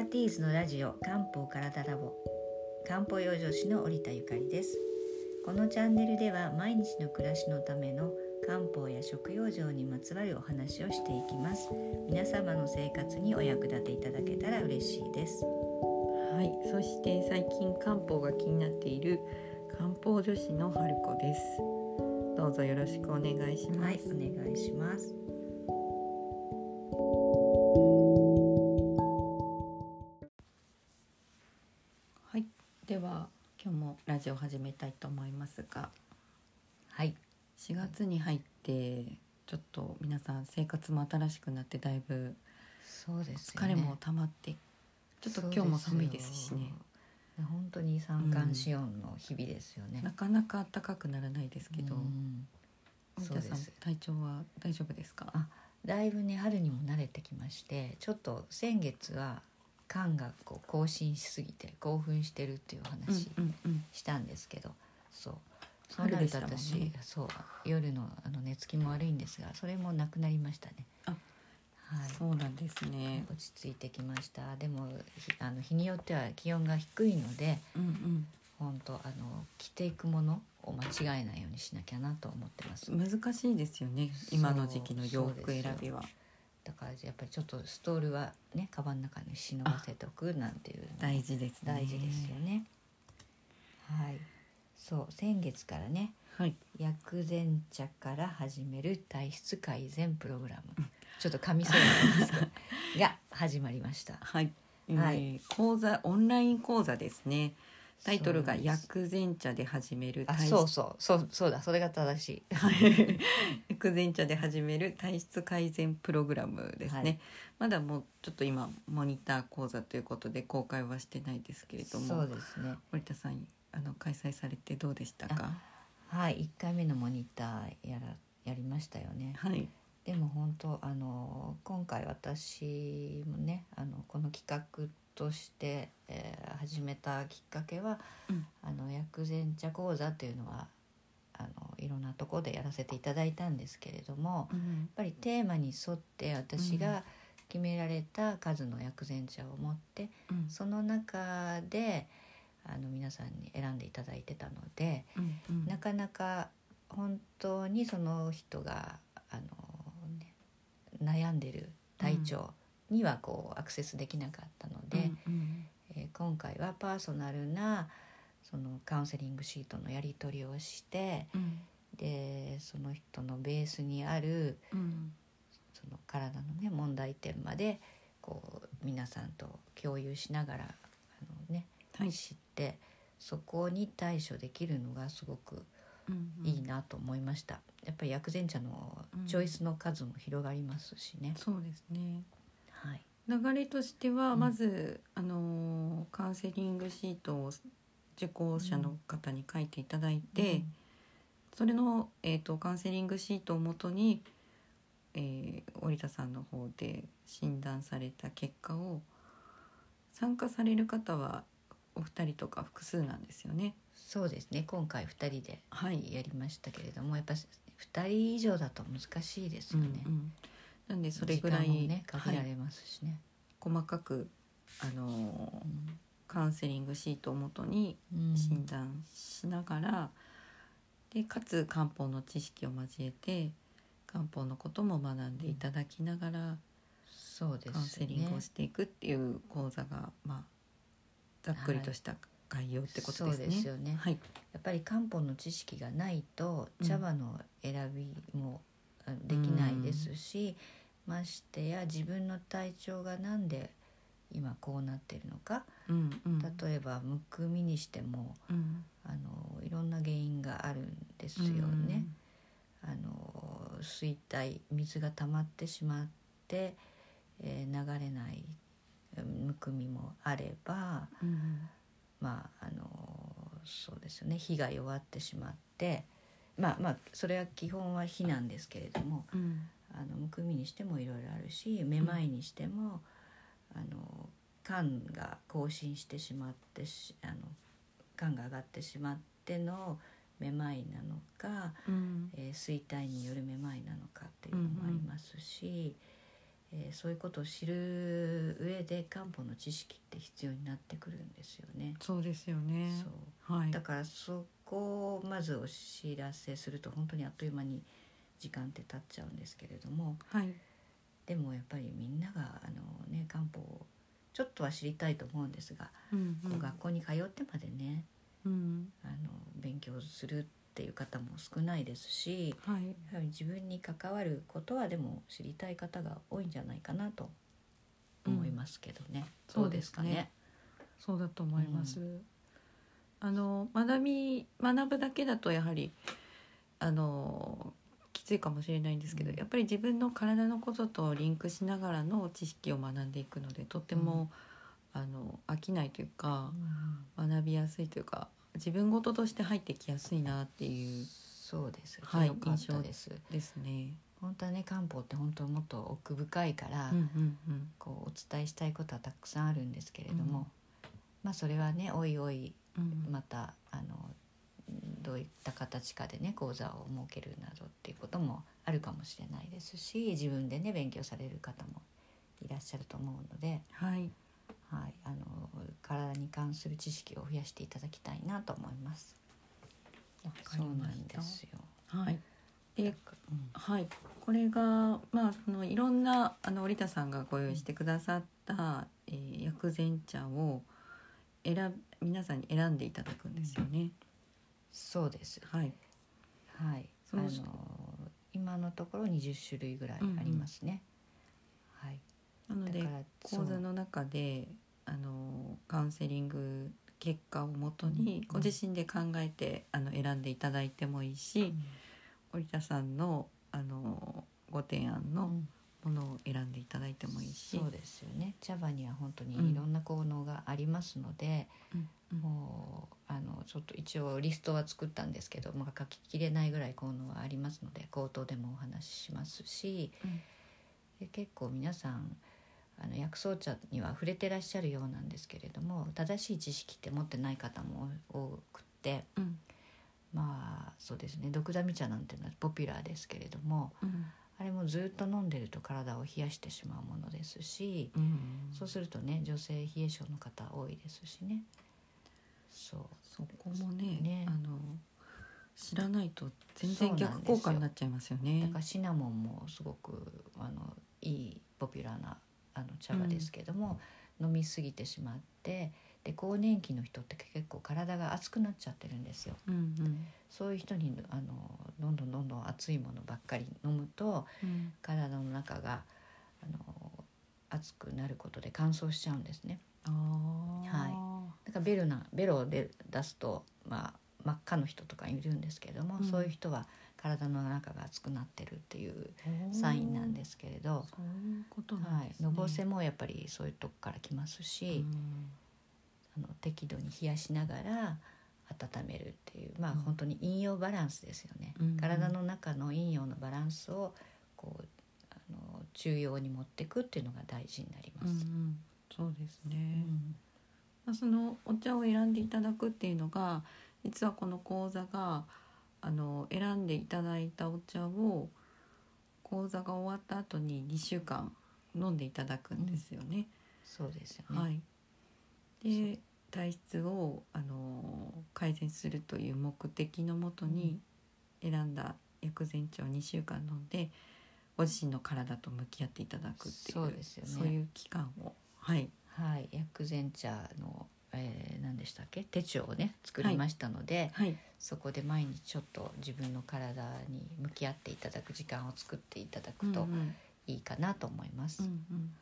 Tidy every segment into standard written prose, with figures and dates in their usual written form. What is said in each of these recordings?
ティーズのラジオ漢方体ラボ、漢方養生師の織田ゆかりです。このチャンネルでは毎日の暮らしのための漢方や食養生にまつわるお話をしていきます。皆様の生活にお役立ていただけたら嬉しいです。 はい、そして最近漢方が気になっている漢方女子の春子です。どうぞよろしくお願いします。 はい、お願いします。 はい、では今日もラジオ始めたいと思いますが、 はい、 4月に入ってちょっと皆さん生活も新しくなってだいぶそうですよね。 疲れも溜まってちょっと今日も寒いですしね。 本当に三寒四温の日々ですよね。 なかなか暖かくならないですけど、 そう森田さんです。 体調は大丈夫ですか？ だいぶね春にも慣れてきまして、ちょっと先月は肝が更新しすぎて興奮してるっていう話したんですけど、そうなると私、夜の寝つきも悪いんですが、それもなくなりましたね。はい、 そうなんですね。 落ち着いてきました。でも日によっては気温が低いので、本当着ていくものを間違えないようにしなきゃなと思ってます。 難しいですよね、今の時期の洋服選びは。 だからやっぱりちょっとストールはね、カバンの中に忍ばせておくなんていうの大事ですね。 大事ですよね。はい、先月からね、薬膳茶から始める体質改善プログラム、ちょっと噛みそうなんですが始まりました。 講座、オンライン講座ですね。タイトルが薬膳茶で始めるそうだ、それが正しい薬膳茶で始める体質改善プログラムですね。まだもうちょっと今モニター講座ということで公開はしてないですけれども、 そうですね。 森田さん開催されてどうでしたか？ はい、1回目のモニターやりましたよね。でも本当今回私もねこの企画として、始めたきっかけは、薬膳茶講座というのはいろんなところでやらせていただいたんですけれども、やっぱりテーマに沿って私が決められた数の薬膳茶を持って、その中で皆さんに選んでいただいてたので、なかなか本当にその人が悩んでる体調にはアクセスできなかったので、今回はパーソナルなそのカウンセリングシートのやり取りをして、でその人のベースにある、その体のね問題点まで皆さんと共有しながら知って、そこに対処できるのがすごくいいなと思いました。やっぱり薬膳茶のチョイスの数も広がりますしね。 そうですね。流れとしてはまず、カウンセリングシートを受講者の方に書いていただいて、それの、カウンセリングシートをもとに、織田さんの方で診断された結果を参加される方はお二人とか複数なんですよね。 そうですね。今回2人でやりましたけれども、やっぱ2人以上だと難しいですよね。 なんでそれぐらい時間もね限られますしね。 細かくカウンセリングシートをもとに診断しながら、でかつ漢方の知識を交えて漢方のことも学んでいただきながら、 そうですね、 カウンセリングをしていくっていう講座が、ざっくりとした概要ってことですね。 そうですよね。やっぱり漢方の知識がないと茶葉の選びもできないですし、ましてや自分の体調がなんで今こうなっているのか、例えばむくみにしても、いろんな原因があるんですよね。水体、水が溜まってしまって、流れないむくみもあれば、そうですよね、火が弱ってしまって、それは基本は火なんですけれども、むくみにしてもいろいろあるし、めまいにしても、肝が更新してしまって肝が上がってしまってのめまいなのか、衰退によるめまいなのかっていうのもありますし、 そういうことを知る上で漢方の知識って必要になってくるんですよね。 そうですよね。 そう、 はい、 だからそこをまずお知らせすると本当にあっという間に時間って経っちゃうんですけれども、 はい、 でもやっぱりみんなが漢方をちょっとは知りたいと思うんですが、 うんうん、 こう学校に通ってまでね、 うん、 勉強するっていう方も少ないですし、 はい、 やはり自分に関わることはでも知りたい方が多いんじゃないかなと思いますけどね、どうですかね。 そうだと思います。学ぶだけだとやはりきついかもしれないんですけど、やっぱり自分の体のこととリンクしながらの知識を学んでいくので、とっても、飽きないというか、学びやすいというか、自分事として入ってきやすいなっていう、 そうです、 はい、 よかったです。 ですね。 本当はね、漢方って本当もっと奥深いから、こうお伝えしたいことはたくさんあるんですけれども、まあそれはね、おいおいまたどういった形かでね講座を設けるなどっていうこともあるかもしれないですし、自分でね勉強される方もいらっしゃると思うので、 はいはい、体に関する知識を増やしていただきたいなと思います。そうなんですよ。 はい。で、はい、これが、いろんな織田さんがご用意してくださった、薬膳茶を皆さんに選んでいただくんですよね。 そうです。 はい、 はい、今のところ20種類ぐらいありますね。はい。 なので講座の中でカウンセリング結果をもとにご自身で考えて選んでいただいてもいいし、織田さんのご提案のものを選んでいただいてもいいし、 そうですよね。茶葉には本当にいろんな効能がありますので、もうちょっと一応リストは作ったんですけど、書ききれないぐらい効能はありますので口頭でもお話ししますし、で結構皆さん薬草茶には触れてらっしゃるようなんですけれども、正しい知識って持ってない方も多くて、まあそうですね、ドクダミ茶なんていうのはポピュラーですけれども、あれもずっと飲んでると体を冷やしてしまうものですし、そうするとね女性冷え性の方多いですしね。 そこもね知らないと全然逆効果になっちゃいますよね。 だからシナモンもすごくいいポピュラーな茶葉ですけども、飲みすぎてしまって、で更年期の人って結構体が熱くなっちゃってるんですよ。そういう人にどんどん熱いものばっかり飲むと、体の中が熱くなることで乾燥しちゃうんですね。はい、だからベロで出すと、真っ赤の人とかいるんですけれども、そういう人は体の中が熱くなってるっていうサインなんですけれど、 そういうことなんですね。 のぼせもやっぱりそういうとこから来ますし、適度に冷やしながら温めるっていう、本当に陰陽バランスですよね。体の中の陰陽のバランスをこう中庸に持っていくっていうのが大事になります。 そうですね。そのお茶を選んでいただくっていうのが、実はこの講座が選んでいただいたお茶を講座が終わった後に2週間飲んでいただくんですよね。 そうですよね。 はい。で体質を改善するという目的のもとに選んだ薬膳茶を2週間飲んで、ご自身の体と向き合っていただくっていう、 そうですよね。 そういう期間を薬膳茶の、何でしたっけ、手帳をね作りましたので、そこで毎日ちょっと自分の体に向き合っていただく時間を作っていただくといいかなと思います。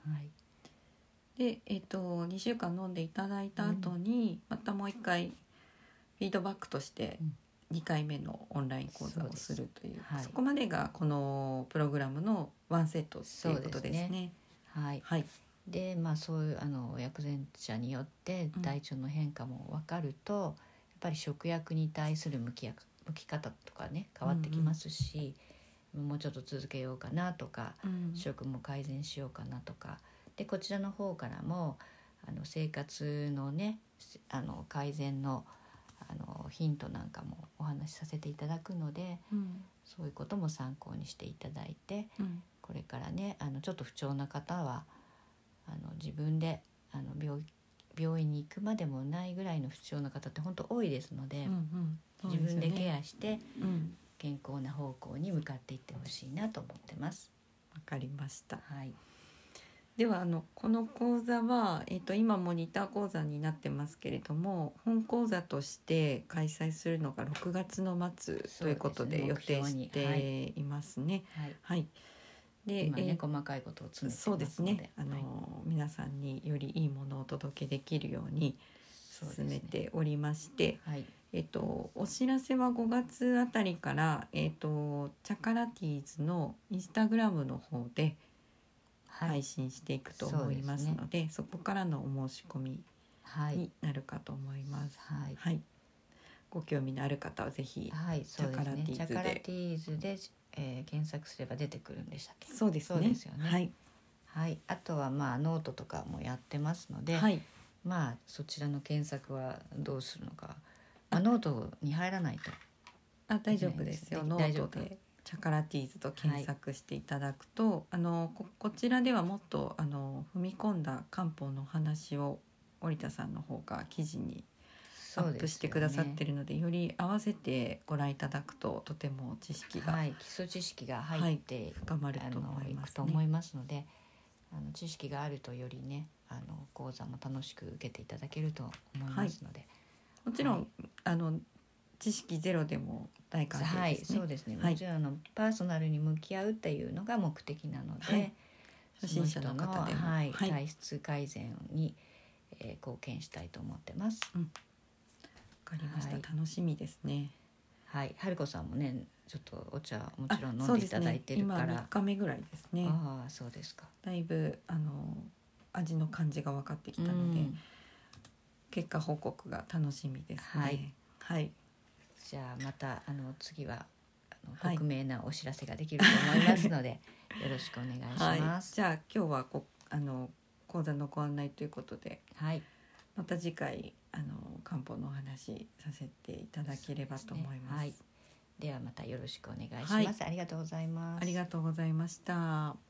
で、2週間飲んでいただいた後に、またもう一回フィードバックとして2回目のオンライン講座をするという、そこまでがこのプログラムのワンセットということですね。 でそういう薬膳茶によって体調の変化も分かると、やっぱり食薬に対する向き方とかね変わってきますし、もうちょっと続けようかなとか、食も改善しようかなとかで、こちらの方からも生活のね改善のヒントなんかもお話しさせていただくので、そういうことも参考にしていただいて、 これからねちょっと不調な方は自分で病院に行くまでもないぐらいの不調な方って本当多いですので、自分でケアして健康な方向に向かっていってほしいなと思ってます。 わかりました。 はい、 ではこの講座は、今モニター講座になってますけれども、本講座として開催するのが6月の末ということで予定していますね。はい、 で今ね、細かいことを詰めてますので、 そうですね、皆さんによりいいものをお届けできるように進めておりまして、お知らせは5月あたりから、チャカラティーズのインスタグラムの方で配信していくと思いますので、そこからのお申し込みになるかと思います。ご興味のある方はぜひ、 チャカラティーズで検索すれば出てくるんでしたっけ？ そうですね。 あとはノートとかもやってますので、そちらの検索はどうするのか、ノートに入らないと大丈夫ですよ。ノートでチャカラティーズと検索していただくと、こちらではもっと踏み込んだ漢方のお話を織田さんの方が記事にアップしてくださってるので、より合わせてご覧いただくととても知識が、 基礎知識が入って、 深まると思いますので、知識があるとよりね講座も楽しく受けていただけると思いますので、 もちろん、知識ゼロでも大歓迎ですね。 そうですね。もちろんパーソナルに向き合うっていうのが目的なので、 初心者の方でも、 体質改善に、貢献したいと思ってます。 わかりました。楽しみですね。 春子さんもね、ちょっとお茶もちろん飲んでいただいてるから、 今3日目ぐらいですね。 そうですか。 だいぶ味の感じが分かってきたので、結果報告が楽しみですね。 じゃあまた次は匿名なお知らせができると思いますので、よろしくお願いします。 じゃあ今日は講座のご案内ということで、また次回漢方のお話させていただければと思います。 ではまたよろしくお願いします。ありがとうございます。 ありがとうございました。